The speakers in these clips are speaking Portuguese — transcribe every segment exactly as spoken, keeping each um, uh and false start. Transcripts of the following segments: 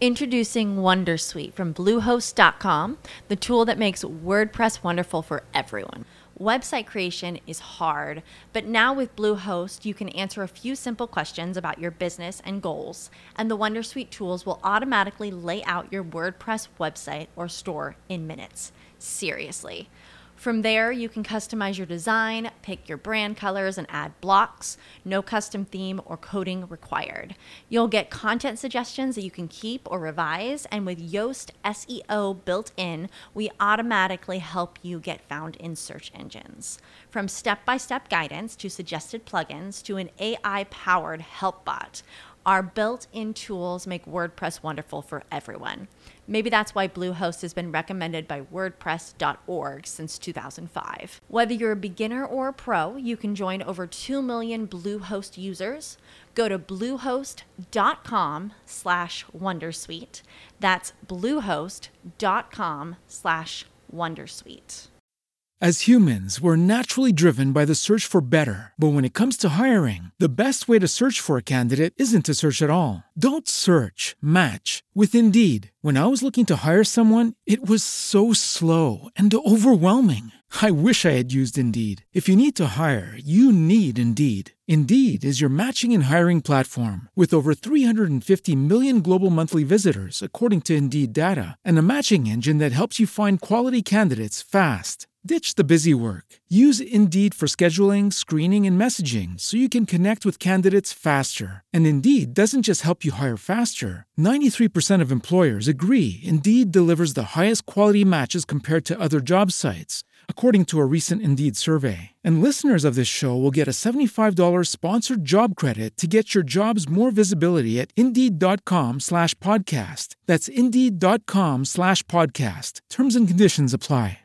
Introducing Wondersuite from Bluehost dot com, the tool that makes WordPress wonderful for everyone. Website creation is hard, but now with Bluehost, you can answer a few simple questions about your business and goals, and the Wondersuite tools will automatically lay out your WordPress website or store in minutes. Seriously. From there, you can customize your design, pick your brand colors, and add blocks. No custom theme or coding required. You'll get content suggestions that you can keep or revise, and with Yoast S E O built in, we automatically help you get found in search engines. From step-by-step guidance to suggested plugins to an A I-powered help bot, our built-in tools make WordPress wonderful for everyone. Maybe that's why Bluehost has been recommended by WordPress dot org since two thousand five. Whether you're a beginner or a pro, you can join over two million Bluehost users. Go to bluehost dot com slash wondersuite. That's bluehost dot com slash wondersuite. As humans, we're naturally driven by the search for better. But when it comes to hiring, the best way to search for a candidate isn't to search at all. Don't search, match with Indeed. When I was looking to hire someone, it was so slow and overwhelming. I wish I had used Indeed. If you need to hire, you need Indeed. Indeed is your matching and hiring platform with over three hundred fifty million global monthly visitors, according to Indeed data, and a matching engine that helps you find quality candidates fast. Ditch the busy work. Use Indeed for scheduling, screening, and messaging so you can connect with candidates faster. And Indeed doesn't just help you hire faster. ninety-three percent of employers agree Indeed delivers the highest quality matches compared to other job sites, according to a recent Indeed survey. And listeners of this show will get a seventy-five dollars sponsored job credit to get your jobs more visibility at Indeed.com slash podcast. That's Indeed.com slash podcast. Terms and conditions apply.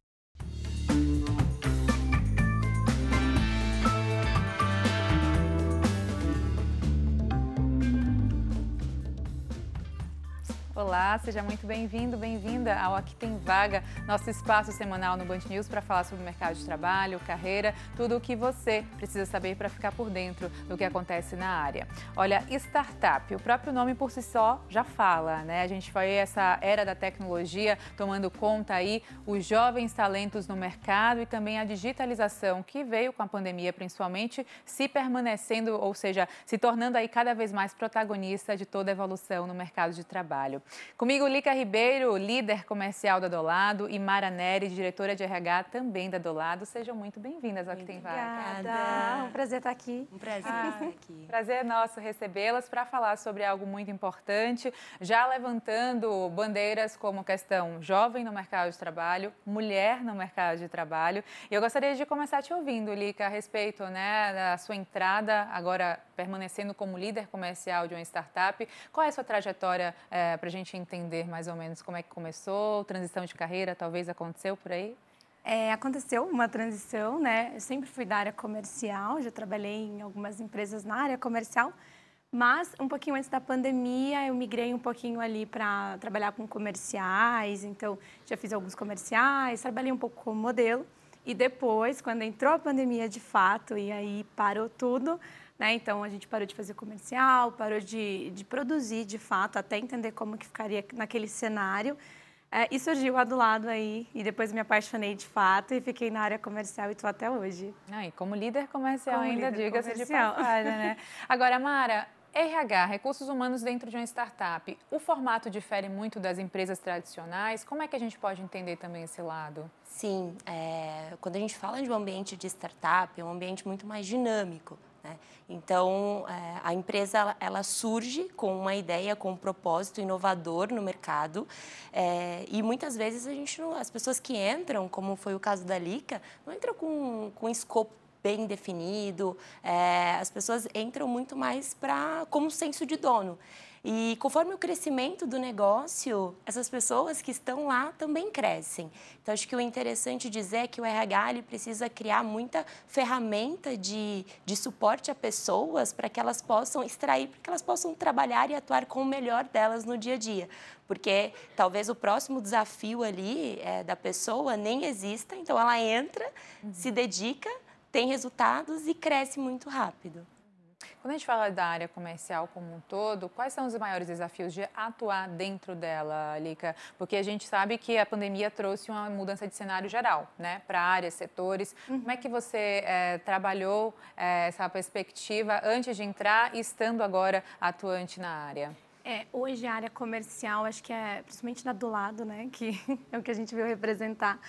Olá, seja muito bem-vindo, bem-vinda ao Aqui Tem Vaga, nosso espaço semanal no Band News para falar sobre o mercado de trabalho, carreira, tudo o que você precisa saber para ficar por dentro do que acontece na área. Olha, startup, o próprio nome por si só já fala, né? A gente foi essa era da tecnologia tomando conta aí os jovens talentos no mercado e também a digitalização que veio com a pandemia, principalmente, se permanecendo, ou seja, se tornando aí cada vez mais protagonista de toda a evolução no mercado de trabalho. Comigo, Lica Ribeiro, líder comercial da Dolado, e Mara Neri, diretora de R H também da Dolado. Sejam muito bem-vindas ao Que Tem Vaga. Obrigada. Um prazer estar aqui. Um prazer ah, estar aqui. Prazer nosso recebê-las para falar sobre algo muito importante, já levantando bandeiras como questão jovem no mercado de trabalho, mulher no mercado de trabalho. E eu gostaria de começar te ouvindo, Lica, a respeito, né, da sua entrada, agora permanecendo como líder comercial de uma startup. Qual é a sua trajetória é, para a gente entender mais ou menos como é que começou, transição de carreira, talvez aconteceu por aí? É, aconteceu uma transição, né? Eu sempre fui da área comercial, já trabalhei em algumas empresas na área comercial, mas um pouquinho antes da pandemia eu migrei um pouquinho ali para trabalhar com comerciais, então já fiz alguns comerciais, trabalhei um pouco como modelo e depois, quando entrou a pandemia de fato e aí parou tudo, né? Então, a gente parou de fazer comercial, parou de, de produzir, de fato, até entender como que ficaria naquele cenário. É, e surgiu a Dolado aí, e depois me apaixonei de fato e fiquei na área comercial e estou até hoje. Ah, e como líder comercial como ainda, diga-se de passagem, né? Agora, Mara, R H, recursos humanos dentro de uma startup, o formato difere muito das empresas tradicionais? Como é que a gente pode entender também esse lado? Sim, é, quando a gente fala de um ambiente de startup, é um ambiente muito mais dinâmico. Então, a empresa ela surge com uma ideia, com um propósito inovador no mercado é, e muitas vezes a gente não, as pessoas que entram, como foi o caso da Lica, não entram com, com um escopo bem definido, é, as pessoas entram muito mais pra, como senso de dono. E conforme o crescimento do negócio, essas pessoas que estão lá também crescem. Então, acho que o interessante dizer é que o R H ele precisa criar muita ferramenta de, de suporte a pessoas para que elas possam extrair, para que elas possam trabalhar e atuar com o melhor delas no dia a dia. Porque talvez o próximo desafio ali é, da pessoa nem exista, então ela entra, uhum. se dedica, tem resultados e cresce muito rápido. Quando a gente fala da área comercial como um todo, quais são os maiores desafios de atuar dentro dela, Lica? Porque a gente sabe que a pandemia trouxe uma mudança de cenário geral, né? Para áreas, setores. Uhum. Como é que você é, trabalhou é, essa perspectiva antes de entrar e estando agora atuante na área? É, hoje a área comercial, acho que é principalmente na do lado, né? Que é o que a gente veio representar.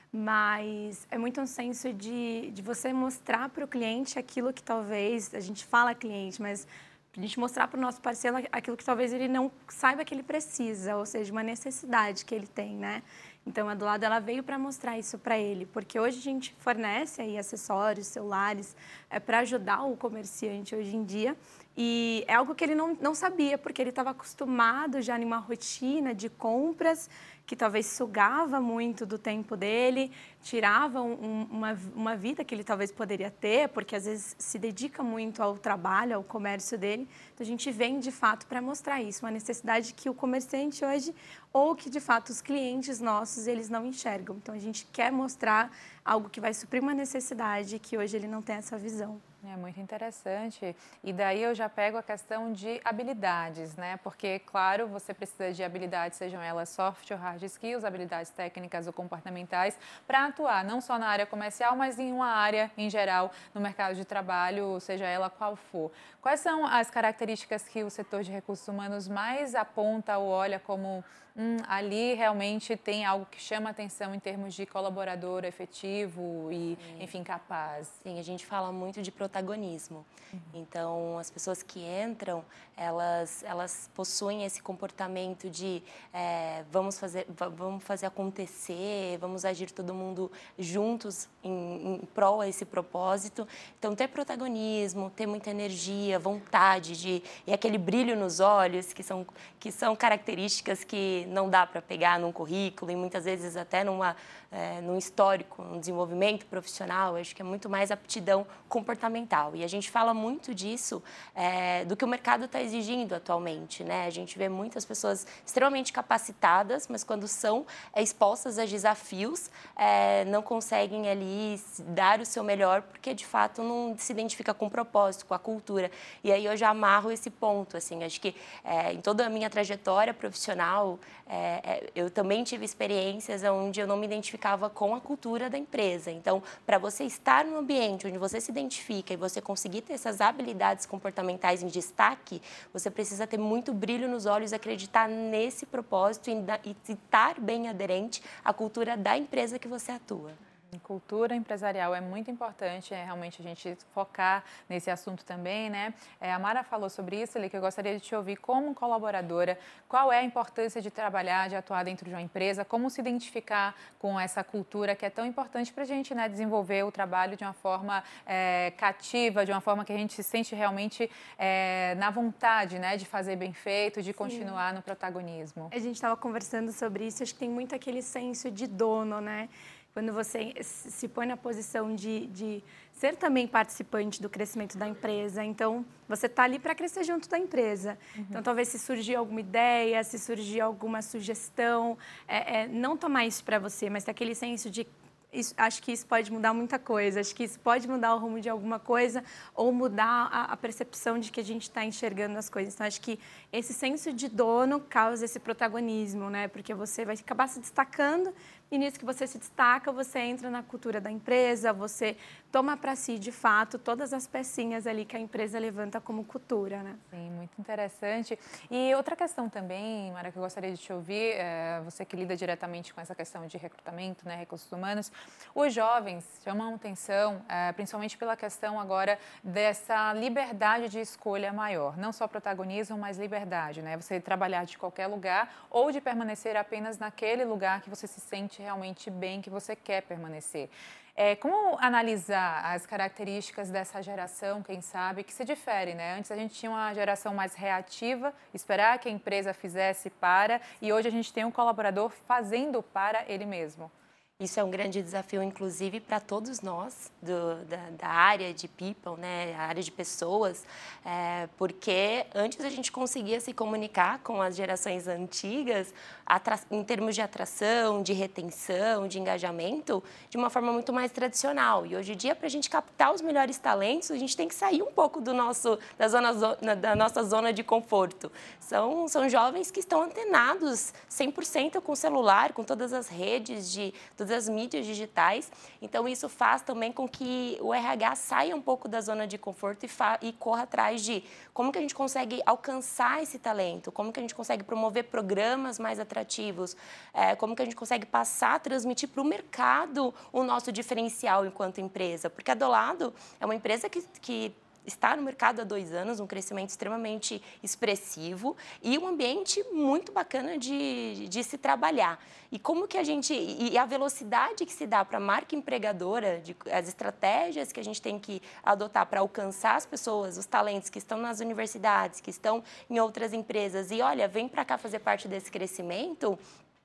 Mas é muito um senso de, de você mostrar para o cliente aquilo que talvez, a gente fala cliente, mas a gente mostrar para o nosso parceiro aquilo que talvez ele não saiba que ele precisa, ou seja, uma necessidade que ele tem, né? Então, a do lado ela veio para mostrar isso para ele, porque hoje a gente fornece aí acessórios, celulares, é, para ajudar o comerciante hoje em dia. E é algo que ele não, não sabia, porque ele estava acostumado já em uma rotina de compras que talvez sugava muito do tempo dele, tirava um, uma, uma vida que ele talvez poderia ter, porque às vezes se dedica muito ao trabalho, ao comércio dele. Então, a gente vem, de fato, para mostrar isso, uma necessidade que o comerciante hoje, ou que, de fato, os clientes nossos, eles não enxergam. Então, a gente quer mostrar algo que vai suprir uma necessidade que hoje ele não tem essa visão. É muito interessante. E daí eu já pego a questão de habilidades, né? Porque, claro, você precisa de habilidades, sejam elas soft ou hard skills, habilidades técnicas ou comportamentais, para atuar não só na área comercial, mas em uma área em geral no mercado de trabalho, seja ela qual for. Quais são as características que o setor de recursos humanos mais aponta ou olha como hum, ali realmente tem algo que chama atenção em termos de colaborador efetivo e, Sim. enfim, capaz? Sim, a gente fala muito de protagonismo. Uhum. Então, as pessoas que entram, elas, elas possuem esse comportamento de é, vamos, fazer, vamos fazer acontecer, vamos agir todo mundo juntos em, em prol a esse propósito. Então, ter protagonismo, ter muita energia, vontade de, e aquele brilho nos olhos, que são, que são características que não dá para pegar num currículo e muitas vezes até numa, é, num histórico, num desenvolvimento profissional. Eu acho que é muito mais aptidão comportamental. E a gente fala muito disso, é, do que o mercado está exigindo atualmente, né? A gente vê muitas pessoas extremamente capacitadas, mas quando são é, expostas a desafios, é, não conseguem ali dar o seu melhor, porque de fato não se identifica com o propósito, com a cultura. E aí eu já amarro esse ponto, assim, acho que é, em toda a minha trajetória profissional, é, é, eu também tive experiências onde eu não me identificava com a cultura da empresa. Então, para você estar num ambiente onde você se identifica e você conseguir ter essas habilidades comportamentais em destaque, você precisa ter muito brilho nos olhos, acreditar nesse propósito e estar bem aderente à cultura da empresa que você atua. Cultura empresarial é muito importante, é realmente a gente focar nesse assunto também, né? É, a Mara falou sobre isso, ali, que eu gostaria de te ouvir como colaboradora, qual é a importância de trabalhar, de atuar dentro de uma empresa, como se identificar com essa cultura que é tão importante para a gente, né, desenvolver o trabalho de uma forma é, cativa, de uma forma que a gente se sente realmente é, na vontade, né, de fazer bem feito, de continuar Sim. no protagonismo. A gente estava conversando sobre isso, acho que tem muito aquele senso de dono, né? Quando você se põe na posição de, de ser também participante do crescimento da empresa. Então, você está ali para crescer junto da empresa. Uhum. Então, talvez se surgir alguma ideia, se surgir alguma sugestão, é, é, não tomar isso para você, mas ter aquele senso de Isso, acho que isso pode mudar muita coisa, acho que isso pode mudar o rumo de alguma coisa ou mudar a, a percepção de que a gente está enxergando as coisas. Então, acho que esse senso de dono causa esse protagonismo, né? Porque você vai acabar se destacando e nisso que você se destaca, você entra na cultura da empresa, você toma para si, de fato, todas as pecinhas ali que a empresa levanta como cultura, né? Sim, muito interessante. E outra questão também, Mara, que eu gostaria de te ouvir, é, você que lida diretamente com essa questão de recrutamento, né, recursos humanos, os jovens chamam atenção, é, principalmente pela questão agora dessa liberdade de escolha maior, não só protagonismo, mas liberdade, né? Você trabalhar de qualquer lugar ou de permanecer apenas naquele lugar que você se sente realmente bem, que você quer permanecer. É, como analisar as características dessa geração, quem sabe, que se difere, né? Antes a gente tinha uma geração mais reativa, esperar que a empresa fizesse para, e hoje a gente tem um colaborador fazendo para ele mesmo. Isso é um grande desafio, inclusive, para todos nós do, da, da área de people, né, a área de pessoas, é, porque antes a gente conseguia se comunicar com as gerações antigas em termos de atração, de retenção, de engajamento, de uma forma muito mais tradicional. E hoje em dia, para a gente captar os melhores talentos, a gente tem que sair um pouco do nosso, da, zona, da nossa zona de conforto. São, são jovens que estão antenados cem por cento com o celular, com todas as redes de das mídias digitais, então isso faz também com que o R H saia um pouco da zona de conforto e, e corra atrás de como que a gente consegue alcançar esse talento, como que a gente consegue promover programas mais atrativos, é, como que a gente consegue passar, transmitir para o mercado o nosso diferencial enquanto empresa, porque a Dolado é uma empresa que, que está no mercado há dois anos, um crescimento extremamente expressivo e um ambiente muito bacana de, de se trabalhar. E como que a gente, e a velocidade que se dá para a marca empregadora, de, as estratégias que a gente tem que adotar para alcançar as pessoas, os talentos que estão nas universidades, que estão em outras empresas e, olha, vem para cá fazer parte desse crescimento,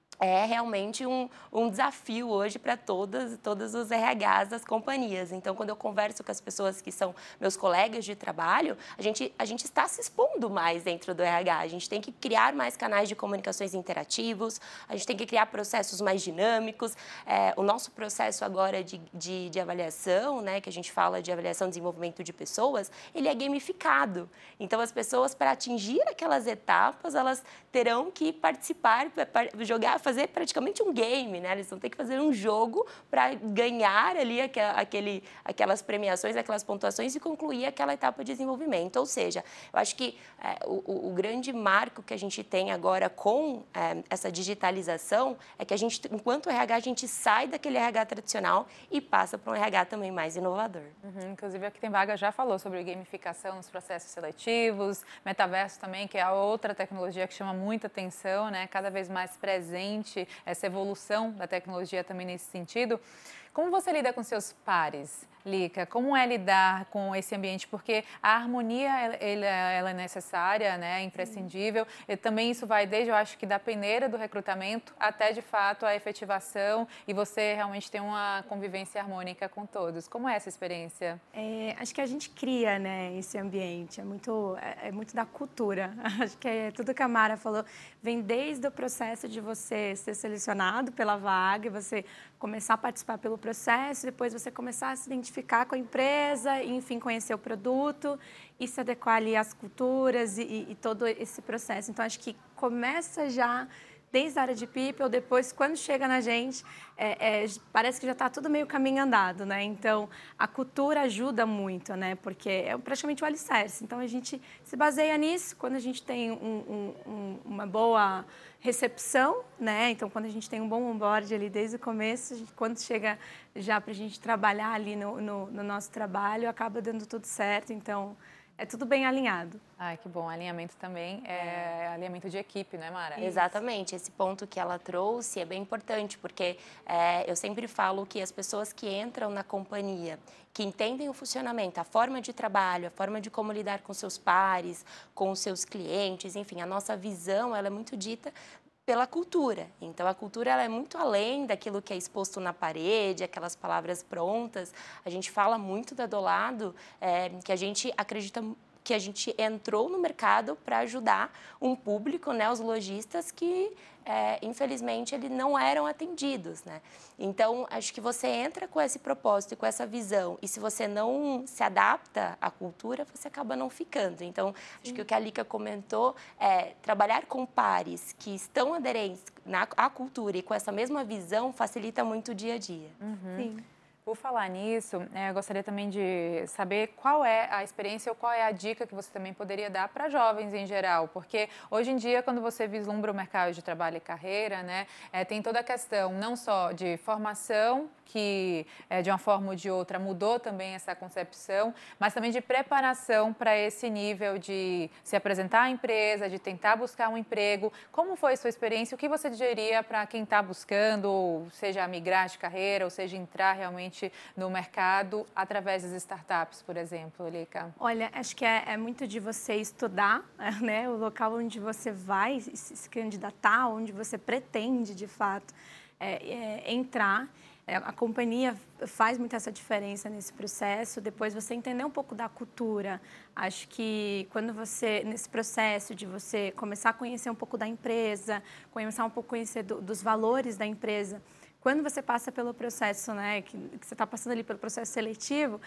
é realmente um, um desafio hoje para todas, todos os R Hs das companhias. Então, quando eu converso com as pessoas que são meus colegas de trabalho, a gente, a gente está se expondo mais dentro do R H. A gente tem que criar mais canais de comunicações interativos, a gente tem que criar processos mais dinâmicos. É, o nosso processo agora de, de, de avaliação, né, que a gente fala de avaliação e desenvolvimento de pessoas, ele é gamificado. Então, as pessoas, para atingir aquelas etapas, elas terão que participar, jogar, fazer praticamente um game, né? Eles vão ter que fazer um jogo para ganhar ali aquele, aquelas premiações, aquelas pontuações e concluir aquela etapa de desenvolvimento. Ou seja, eu acho que é, o, o grande marco que a gente tem agora com é, essa digitalização é que a gente, enquanto R H, a gente sai daquele R H tradicional e passa para um R H também mais inovador. Uhum, inclusive, aqui tem Vaga já falou sobre gamificação nos processos seletivos, metaverso também, que é a outra tecnologia que chama muita atenção, né? Cada vez mais presente essa evolução da tecnologia também nesse sentido. Como você lida com seus pares, Lica? Como é lidar com esse ambiente? Porque a harmonia, ela, ela é necessária, né? É imprescindível. E também isso vai desde, eu acho que da peneira do recrutamento até, de fato, a efetivação e você realmente ter uma convivência harmônica com todos. Como é essa experiência? É, acho que a gente cria, né, esse ambiente. É muito, é, é muito da cultura. Acho que é tudo que a Mara falou. Vem desde o processo de você ser selecionado pela vaga e você começar a participar pelo processo, depois você começar a se identificar com a empresa, e, enfim, conhecer o produto e se adequar ali às culturas e, e, e todo esse processo. Então, acho que começa já desde a área de people, depois, quando chega na gente, é, é, parece que já está tudo meio caminho andado, né? Então, a cultura ajuda muito, né? Porque é praticamente o alicerce. Então, a gente se baseia nisso quando a gente tem um, um, um, uma boa recepção, né? Então, quando a gente tem um bom onboard ali desde o começo, a gente, quando chega já para a gente trabalhar ali no, no, no nosso trabalho, acaba dando tudo certo. Então, é tudo bem alinhado. Ai, que bom. Alinhamento também é, é alinhamento de equipe, não é, Mara? Isso. Exatamente. Esse ponto que ela trouxe é bem importante, porque é, eu sempre falo que as pessoas que entram na companhia, que entendem o funcionamento, a forma de trabalho, a forma de como lidar com seus pares, com os seus clientes, enfim, a nossa visão, ela é muito dita pela cultura. Então, a cultura ela é muito além daquilo que é exposto na parede, aquelas palavras prontas. A gente fala muito da Dolado, é, que a gente acredita que a gente entrou no mercado para ajudar um público, né, os lojistas que, é, infelizmente, eles não eram atendidos, né? Então, acho que você entra com esse propósito e com essa visão, e se você não se adapta à cultura, você acaba não ficando. Então, acho Sim. que o que a Lica comentou é trabalhar com pares que estão aderentes na, à cultura e com essa mesma visão facilita muito o dia a dia. Uhum. Sim. Por falar nisso, eu gostaria também de saber qual é a experiência ou qual é a dica que você também poderia dar para jovens em geral, porque hoje em dia, quando você vislumbra o mercado de trabalho e carreira, né, é, tem toda a questão não só de formação, que é, de uma forma ou de outra mudou também essa concepção, mas também de preparação para esse nível de se apresentar à empresa, de tentar buscar um emprego. Como foi a sua experiência? O que você diria para quem está buscando, seja migrar de carreira, ou seja, entrar realmente no mercado através das startups, por exemplo, Lica? Olha, acho que é, é muito de você estudar, né, o local onde você vai se candidatar, onde você pretende, de fato, é, é, entrar. É, a companhia faz muito essa diferença nesse processo. Depois você entender um pouco da cultura. Acho que quando você, nesse processo de você começar a conhecer um pouco da empresa, começar um pouco a conhecer do, dos valores da empresa, quando você passa pelo processo, né, que, que você está passando ali pelo processo seletivo,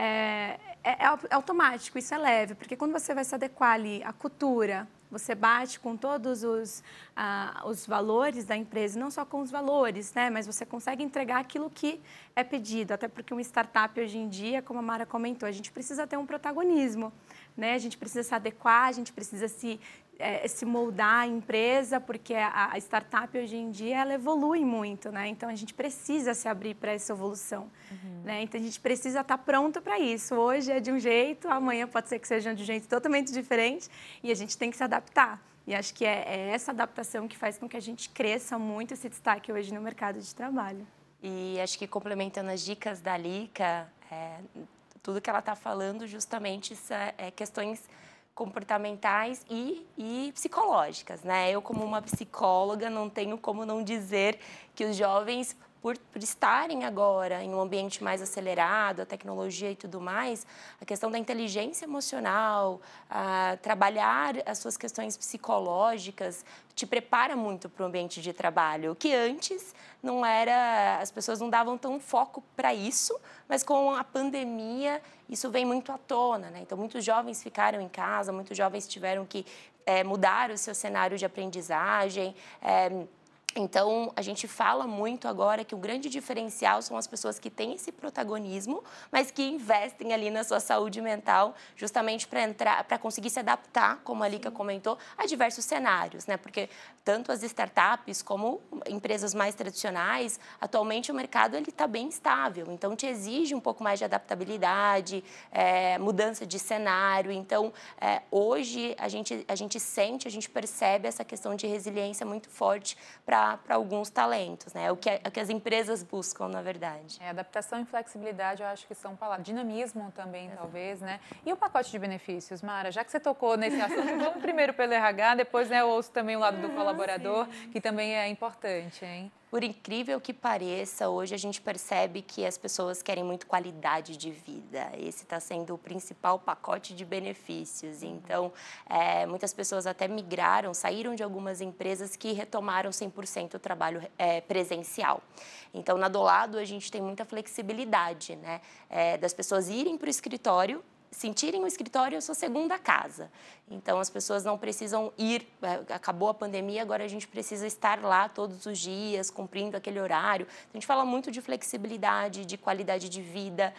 é, é, é automático, isso é leve, porque quando você vai se adequar ali à cultura, você bate com todos os, ah, os valores da empresa, não só com os valores, né, mas você consegue entregar aquilo que é pedido, até porque uma startup hoje em dia, como a Mara comentou, a gente precisa ter um protagonismo, né, a gente precisa se adequar, a gente precisa se... É, se moldar a empresa, porque a, a startup hoje em dia ela evolui muito, né? Então a gente precisa se abrir para essa evolução, uhum. né? Então a gente precisa estar pronto para isso. Hoje é de um jeito, amanhã pode ser que seja de um jeito totalmente diferente e a gente tem que se adaptar. E acho que é, é essa adaptação que faz com que a gente cresça muito e se destaque hoje no mercado de trabalho. E acho que complementando as dicas da Lica, é, tudo que ela está falando justamente isso é, é questões comportamentais e, e psicológicas, né? Eu, como uma psicóloga, não tenho como não dizer que os jovens, por, por estarem agora em um ambiente mais acelerado, a tecnologia e tudo mais, a questão da inteligência emocional, a trabalhar as suas questões psicológicas, te prepara muito para o ambiente de trabalho, que antes não era, as pessoas não davam tão foco para isso, mas com a pandemia isso vem muito à tona, né? Então muitos jovens ficaram em casa, muitos jovens tiveram que é, mudar o seu cenário de aprendizagem. É, Então, a gente fala muito agora que o grande diferencial são as pessoas que têm esse protagonismo, mas que investem ali na sua saúde mental, justamente para entrar, para conseguir se adaptar, como a Lica comentou, a diversos cenários, né? Porque tanto as startups como empresas mais tradicionais, atualmente o mercado ele está bem estável, então te exige um pouco mais de adaptabilidade, é, mudança de cenário. Então, é, hoje a gente, a gente sente, a gente percebe essa questão de resiliência muito forte para para alguns talentos, né? É o que, é o que as empresas buscam, na verdade. É, adaptação e flexibilidade, eu acho que são palavras. Dinamismo também, Exato. Talvez, né? E o pacote de benefícios, Mara? Já que você tocou nesse assunto, vamos primeiro pelo R H, depois, né, eu ouço também o lado do colaborador, sim. que também é importante, hein? Por incrível que pareça, hoje a gente percebe que as pessoas querem muito qualidade de vida. Esse está sendo o principal pacote de benefícios. Então, é, muitas pessoas até migraram, saíram de algumas empresas que retomaram cem por cento o trabalho é, presencial. Então, na Dolado, a gente tem muita flexibilidade, né? É, das pessoas irem para o escritório, sentirem o escritório a sua segunda casa. Então, as pessoas não precisam ir, acabou a pandemia, agora a gente precisa estar lá todos os dias, cumprindo aquele horário. A gente fala muito de flexibilidade, de qualidade de vida,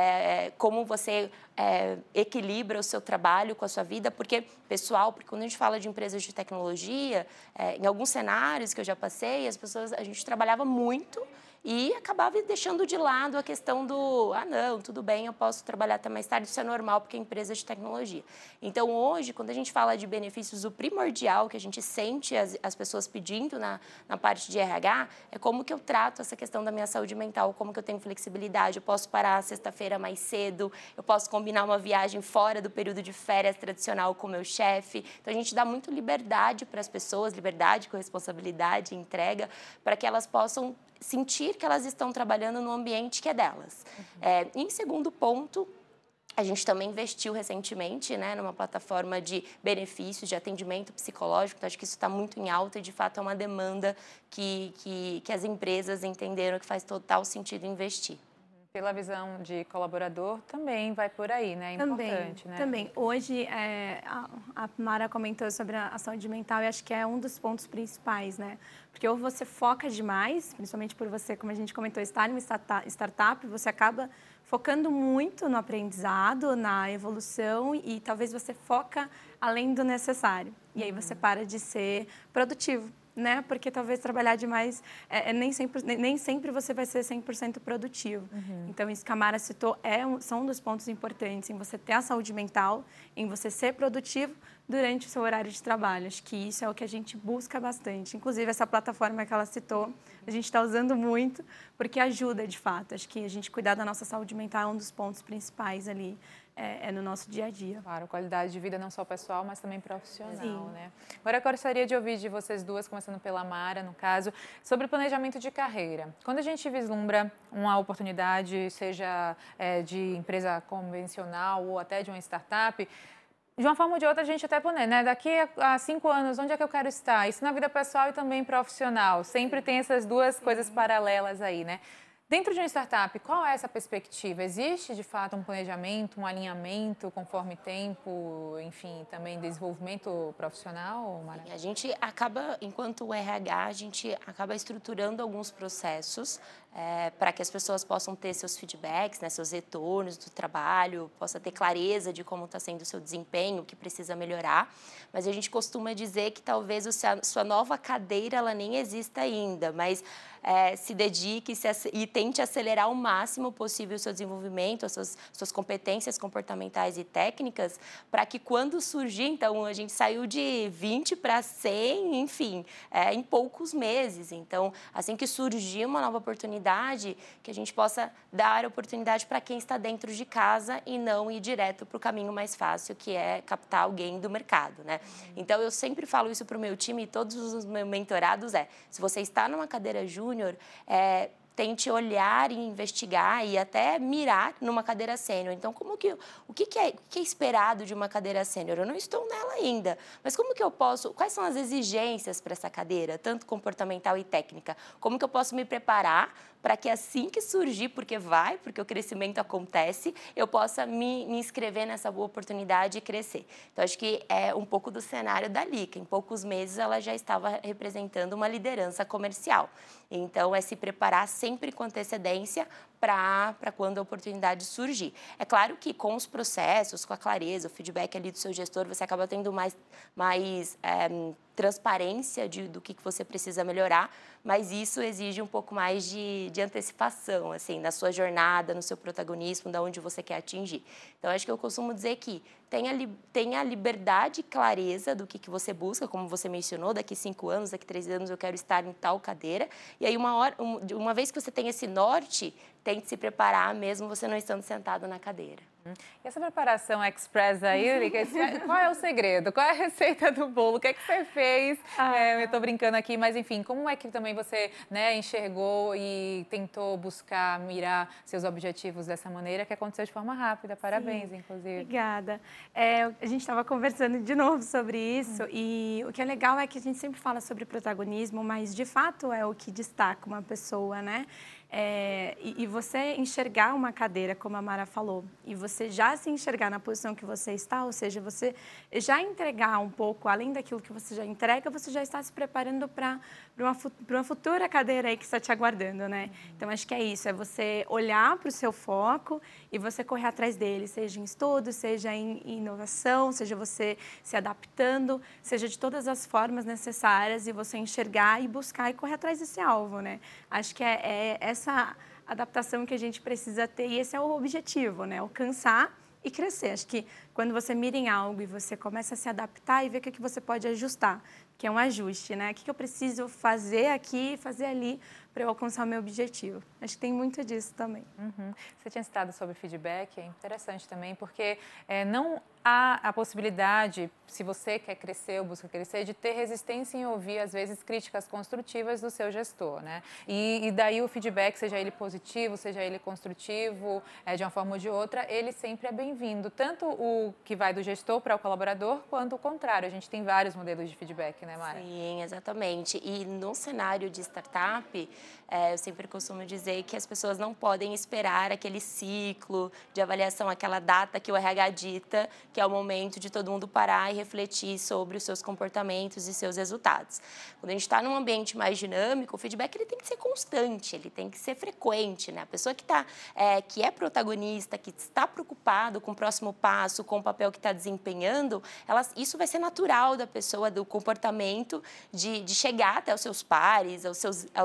é, como você é, equilibra o seu trabalho com a sua vida, porque, pessoal, porque quando a gente fala de empresas de tecnologia, é, em alguns cenários que eu já passei, as pessoas, a gente trabalhava muito, e acabava deixando de lado a questão do, ah, não, tudo bem, eu posso trabalhar até mais tarde, isso é normal, porque é empresa de tecnologia. Então, hoje, quando a gente fala de benefícios, o primordial que a gente sente as, as pessoas pedindo na, na parte de R H é como que eu trato essa questão da minha saúde mental, como que eu tenho flexibilidade, eu posso parar sexta-feira mais cedo, eu posso combinar uma viagem fora do período de férias tradicional com o meu chefe. Então, a gente dá muito liberdade para as pessoas, liberdade com responsabilidade, entrega, para que elas possam sentir que elas estão trabalhando no ambiente que é delas. Uhum. É, em segundo ponto, a gente também investiu recentemente, né, numa plataforma de benefícios, de atendimento psicológico. Então, acho que isso está muito em alta e, de fato, é uma demanda que, que, que as empresas entenderam que faz total sentido investir. Pela visão de colaborador, também vai por aí, né? É também, importante, né? Também. Hoje, é, a, a Mara comentou sobre a, a saúde mental e acho que é um dos pontos principais, né? Porque ou você foca demais, principalmente por você, como a gente comentou, estar em uma startup, você acaba focando muito no aprendizado, na evolução e talvez você foca além do necessário. E aí você para de ser produtivo. Né? Porque talvez trabalhar demais, é, é, nem, sempre, nem, nem sempre você vai ser cem por cento produtivo. Uhum. Então, isso que a Mara citou é um, são um dos pontos importantes em você ter a saúde mental, em você ser produtivo durante o seu horário de trabalho. Acho que isso é o que a gente busca bastante. Inclusive, essa plataforma que ela citou, a gente está usando muito, porque ajuda, de fato. Acho que a gente cuidar da nossa saúde mental é um dos pontos principais ali é, é no nosso dia a dia. Claro, qualidade de vida não só pessoal, mas também profissional, Sim. né? Agora eu gostaria de ouvir de vocês duas, começando pela Mara, no caso, sobre planejamento de carreira. Quando a gente vislumbra uma oportunidade, seja é, de empresa convencional ou até de uma startup, de uma forma ou de outra, a gente até planeja, né? Daqui a cinco anos, onde é que eu quero estar? Isso na vida pessoal e também profissional. Sempre tem essas duas Sim. coisas paralelas aí, né? Dentro de uma startup, qual é essa perspectiva? Existe, de fato, um planejamento, um alinhamento conforme tempo, enfim, também desenvolvimento profissional, Mara? A gente acaba, enquanto o R H, a gente acaba estruturando alguns processos é, para que as pessoas possam ter seus feedbacks, né, seus retornos do trabalho, possa ter clareza de como está sendo o seu desempenho, o que precisa melhorar. Mas a gente costuma dizer que talvez a sua nova cadeira ela nem exista ainda, mas é, se dedique se, e tente acelerar o máximo possível o seu desenvolvimento, as suas, suas competências comportamentais e técnicas, para que quando surgir, então a gente saiu de vinte para cem, enfim, é, em poucos meses. Então, assim que surgir uma nova oportunidade, que a gente possa dar oportunidade para quem está dentro de casa e não ir direto para o caminho mais fácil, que é captar alguém do mercado, né? Uhum. Então, eu sempre falo isso para o meu time e todos os meus mentorados é, se você está numa cadeira júnior, é, tente olhar e investigar e até mirar numa cadeira sênior. Então, como que, o que, que, é, o que é esperado de uma cadeira sênior? Eu não estou nela ainda, mas como que eu posso, quais são as exigências para essa cadeira, tanto comportamental e técnica? Como que eu posso me preparar para que assim que surgir, porque vai, porque o crescimento acontece, eu possa me, me inscrever nessa boa oportunidade e crescer. Então, acho que é um pouco do cenário da Lica. Em poucos meses, ela já estava representando uma liderança comercial. Então, é se preparar sempre com antecedência para quando a oportunidade surgir. É claro que com os processos, com a clareza, o feedback ali do seu gestor, você acaba tendo mais, mais é, transparência de, do que, que você precisa melhorar, mas isso exige um pouco mais de, de antecipação, assim, na sua jornada, no seu protagonismo, de onde você quer atingir. Então, acho que eu costumo dizer que tenha, tenha liberdade e clareza do que, que você busca, como você mencionou, daqui cinco anos, daqui três anos eu quero estar em tal cadeira, e aí uma, hora, uma vez que você tem esse norte, tente se preparar mesmo você não estando sentado na cadeira. E essa preparação express aí, Lica, qual é o segredo? Qual é a receita do bolo? O que é que você fez? Ah. É, eu estou brincando aqui, mas enfim, como é que também você, né, enxergou e tentou buscar, mirar seus objetivos dessa maneira, que aconteceu de forma rápida? Parabéns, Sim. inclusive. Obrigada. É, a gente estava conversando de novo sobre isso hum. e o que é legal é que a gente sempre fala sobre protagonismo, mas de fato é o que destaca uma pessoa, né? É, e, e você enxergar uma cadeira, como a Mara falou, e você já se enxergar na posição que você está, ou seja, você já entregar um pouco, além daquilo que você já entrega, você já está se preparando para uma, uma futura cadeira aí que está te aguardando, né? Uhum. Então, acho que é isso, é você olhar para o seu foco e você correr atrás dele, seja em estudo, seja em, em inovação, seja você se adaptando, seja de todas as formas necessárias e você enxergar e buscar e correr atrás desse alvo, né? Acho que é, é essa essa adaptação que a gente precisa ter, e esse é o objetivo, né? Alcançar e crescer. Acho que quando você mira em algo e você começa a se adaptar e ver o que, é que você pode ajustar, que é um ajuste, né? O que, que eu preciso fazer aqui, fazer ali para eu alcançar o meu objetivo. Acho que tem muito disso também. Uhum. Você tinha citado sobre feedback, é interessante também, porque é, não há a possibilidade, se você quer crescer ou busca crescer, de ter resistência em ouvir, às vezes, críticas construtivas do seu gestor, né? E, e daí o feedback, seja ele positivo, seja ele construtivo, é, de uma forma ou de outra, ele sempre é bem-vindo. Tanto o que vai do gestor para o colaborador, quanto o contrário. A gente tem vários modelos de feedback, né, Mara? Sim, exatamente. E no cenário de startup, é, eu sempre costumo dizer que as pessoas não podem esperar aquele ciclo de avaliação, aquela data que o R H dita, que é o momento de todo mundo parar e refletir sobre os seus comportamentos e seus resultados. Quando a gente está num ambiente mais dinâmico, o feedback ele tem que ser constante, ele tem que ser frequente, né? A pessoa que, tá, é, que é protagonista, que está preocupado com o próximo passo, com o papel que está desempenhando, ela, isso vai ser natural da pessoa, do comportamento de, de chegar até os seus pares, aos seus, aos seus clientes,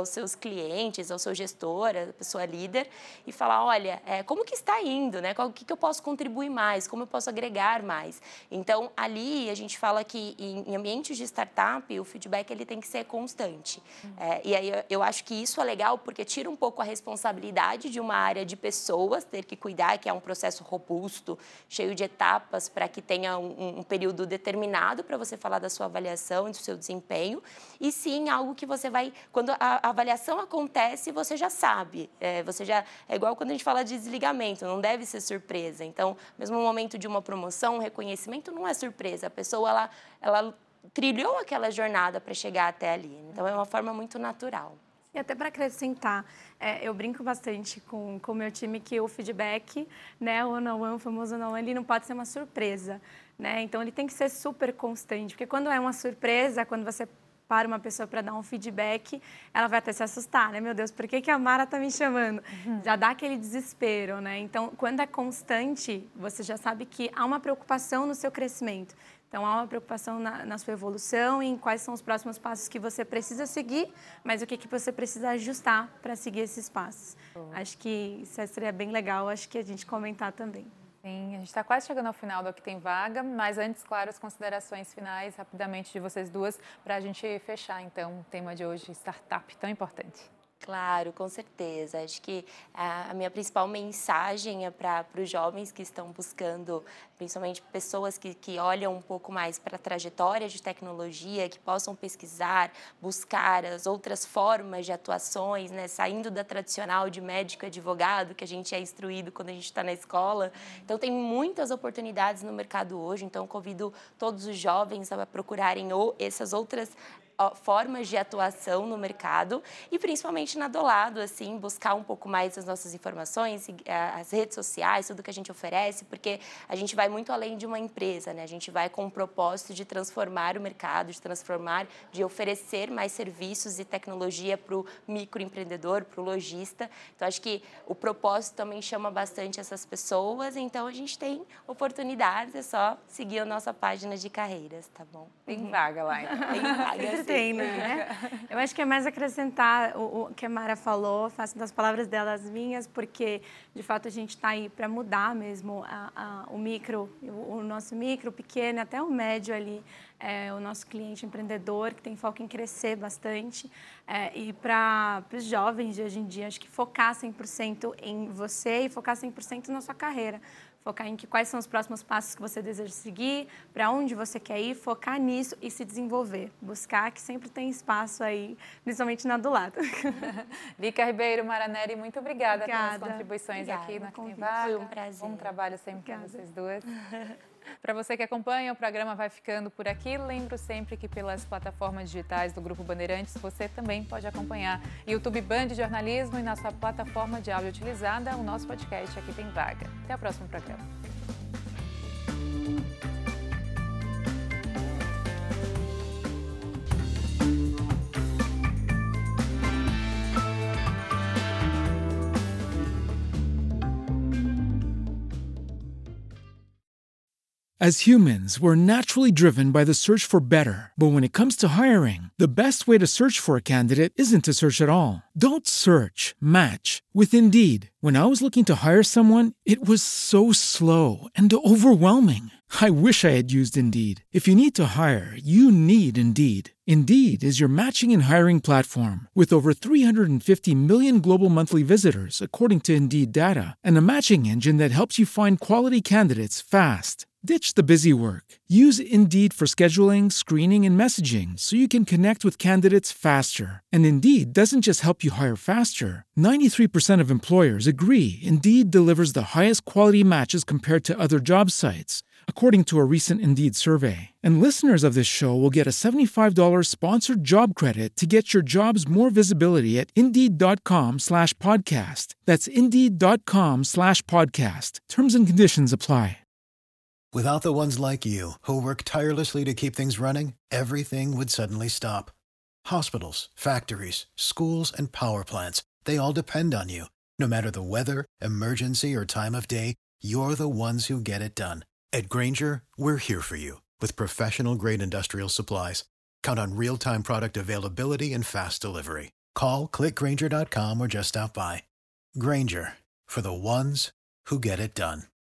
clientes, ao seu gestor, a pessoa líder, e falar, olha, é, como que está indo, né? O que, que eu posso contribuir mais, como eu posso agregar mais. Então, ali a gente fala que em, em ambientes de startup, o feedback ele tem que ser constante. Uhum. É, e aí eu acho que isso é legal porque tira um pouco a responsabilidade de uma área de pessoas ter que cuidar, que é um processo robusto, cheio de etapas para que tenha um, um período determinado para você falar da sua avaliação e do seu desempenho, e sim algo que você vai, quando a, a avaliação acontece, você já sabe, é, você já, é igual quando a gente fala de desligamento, não deve ser surpresa. Então, mesmo no momento de uma promoção, um reconhecimento não é surpresa, a pessoa, ela, ela trilhou aquela jornada para chegar até ali, então é uma forma muito natural. E até para acrescentar, é, eu brinco bastante com o meu time que o feedback, né, o one-on-one, o famoso one-on-one, ele não pode ser uma surpresa, né? Então, ele tem que ser super constante, porque quando é uma surpresa, quando você para uma pessoa para dar um feedback, ela vai até se assustar, né? Meu Deus, por que, que a Mara está me chamando? Uhum. Já dá aquele desespero, né? Então, quando é constante, você já sabe que há uma preocupação no seu crescimento. Então, há uma preocupação na, na sua evolução, em quais são os próximos passos que você precisa seguir, mas o que, que você precisa ajustar para seguir esses passos. Uhum. Acho que isso seria bem legal, acho que a gente comentar também. Sim, a gente está quase chegando ao final do Aqui Tem Vaga, mas antes, claro, as considerações finais, rapidamente, de vocês duas, para a gente fechar, então, o tema de hoje, startup, tão importante. Claro, com certeza. Acho que a minha principal mensagem é para os jovens que estão buscando, principalmente pessoas que, que olham um pouco mais para a trajetória de tecnologia, que possam pesquisar, buscar as outras formas de atuações, né? Saindo da tradicional de médico e advogado, que a gente é instruído quando a gente está na escola. Então, tem muitas oportunidades no mercado hoje, então convido todos os jovens a procurarem ou essas outras formas de atuação no mercado e principalmente na Dolado, assim, buscar um pouco mais as nossas informações, as redes sociais, tudo que a gente oferece, porque a gente vai muito além de uma empresa, né? A gente vai com o propósito de transformar o mercado, de transformar, de oferecer mais serviços e tecnologia para o microempreendedor, para o lojista. Então, acho que o propósito também chama bastante essas pessoas, então a gente tem oportunidades, é só seguir a nossa página de carreiras, tá bom? Tem vaga lá, então. Tem vaga. Tem, né? Eu acho que é mais acrescentar o, o que a Mara falou, faço das palavras dela as minhas, porque, de fato, a gente está aí para mudar mesmo a, a, o micro, o, o nosso micro, o pequeno, até o médio ali, é, o nosso cliente empreendedor, que tem foco em crescer bastante. É, e para os jovens de hoje em dia, acho que focar cem por cento em você e focar cem por cento na sua carreira. Focar em que, quais são os próximos passos que você deseja seguir, para onde você quer ir, focar nisso e se desenvolver. Buscar, que sempre tem espaço aí, principalmente na do lado. Lica Ribeiro, Mara Neri, muito obrigada, obrigada. pelas contribuições Obrigada, aqui no Aqui Tem convite. Vaga. Foi um prazer. Bom trabalho sempre para Obrigada. vocês duas. Para você que acompanha, o programa vai ficando por aqui. Lembro sempre que pelas plataformas digitais do Grupo Bandeirantes, você também pode acompanhar YouTube Band Jornalismo e na sua plataforma de áudio utilizada, o nosso podcast Aqui Tem Vaga. Até o próximo programa. As humans, we're naturally driven by the search for better. But when it comes to hiring, the best way to search for a candidate isn't to search at all. Don't search, match with Indeed. When I was looking to hire someone, it was so slow and overwhelming. I wish I had used Indeed. If you need to hire, you need Indeed. Indeed is your matching and hiring platform with over three hundred fifty million global monthly visitors, according to Indeed data, and a matching engine that helps you find quality candidates fast. Ditch the busy work. Use Indeed for scheduling, screening, and messaging so you can connect with candidates faster. And Indeed doesn't just help you hire faster. ninety-three percent of employers agree Indeed delivers the highest quality matches compared to other job sites, according to a recent Indeed survey. And listeners of this show will get a seventy-five dollars sponsored job credit to get your jobs more visibility at Indeed.com slash podcast. That's Indeed.com slash podcast. Terms and conditions apply. Without the ones like you, who work tirelessly to keep things running, everything would suddenly stop. Hospitals, factories, schools, and power plants, they all depend on you. No matter the weather, emergency, or time of day, you're the ones who get it done. At Grainger, we're here for you with professional-grade industrial supplies. Count on real-time product availability and fast delivery. Call, click Grainger dot com, or just stop by. Grainger, for the ones who get it done.